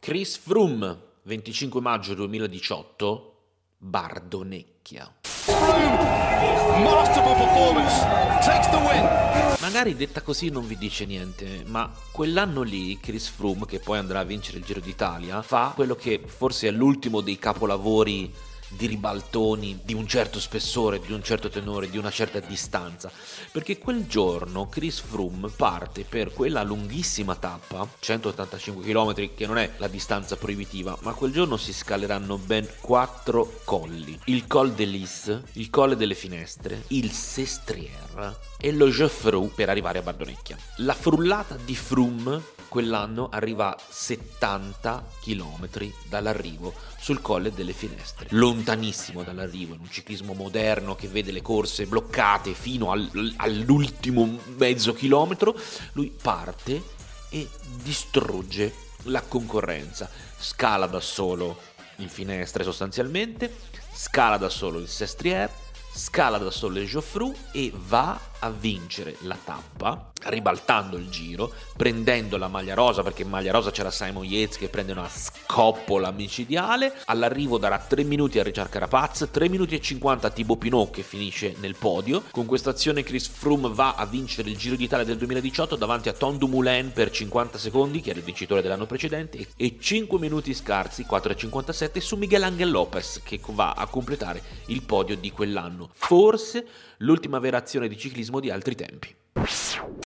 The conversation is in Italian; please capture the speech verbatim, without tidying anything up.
Chris Froome, venticinque maggio duemiladiciotto, Bardonecchia. Masterful performance, takes the win. Magari detta così non vi dice niente, ma quell'anno lì Chris Froome, che poi andrà a vincere il Giro d'Italia, fa quello che forse è l'ultimo dei capolavori di ribaltoni di un certo spessore, di un certo tenore, di una certa distanza, perché quel giorno Chris Froome parte per quella lunghissima tappa, centottantacinque chilometri, che non è la distanza proibitiva, ma quel giorno si scaleranno ben quattro colli: il Col de Lis, il Colle delle Finestre, il Sestriere e lo Geoffroy per arrivare a Bardonecchia. La frullata di Froome quell'anno arriva a settanta chilometri dall'arrivo sul Colle delle Finestre, lontanissimo dall'arrivo, in un ciclismo moderno che vede le corse bloccate fino al, all'ultimo mezzo chilometro. Lui parte e distrugge la concorrenza, scala da solo in Finestre sostanzialmente, scala da solo il Sestriere, scala da solo il Geoffroy e va a vincere la tappa, ribaltando il giro, prendendo la maglia rosa, perché in maglia rosa c'era Simon Yates che prende una scoppola micidiale. All'arrivo darà tre minuti a Richard Carapaz, tre minuti e cinquanta a Thibaut Pinot che finisce nel podio. Con questa azione Chris Froome va a vincere il Giro d'Italia del duemiladiciotto davanti a Tom Dumoulin per cinquanta secondi, che era il vincitore dell'anno precedente, e cinque minuti scarsi, quattro e cinquantasette, su Miguel Ángel López, che va a completare il podio di quell'anno. Forse l'ultima vera azione di ciclismo di altri tempi.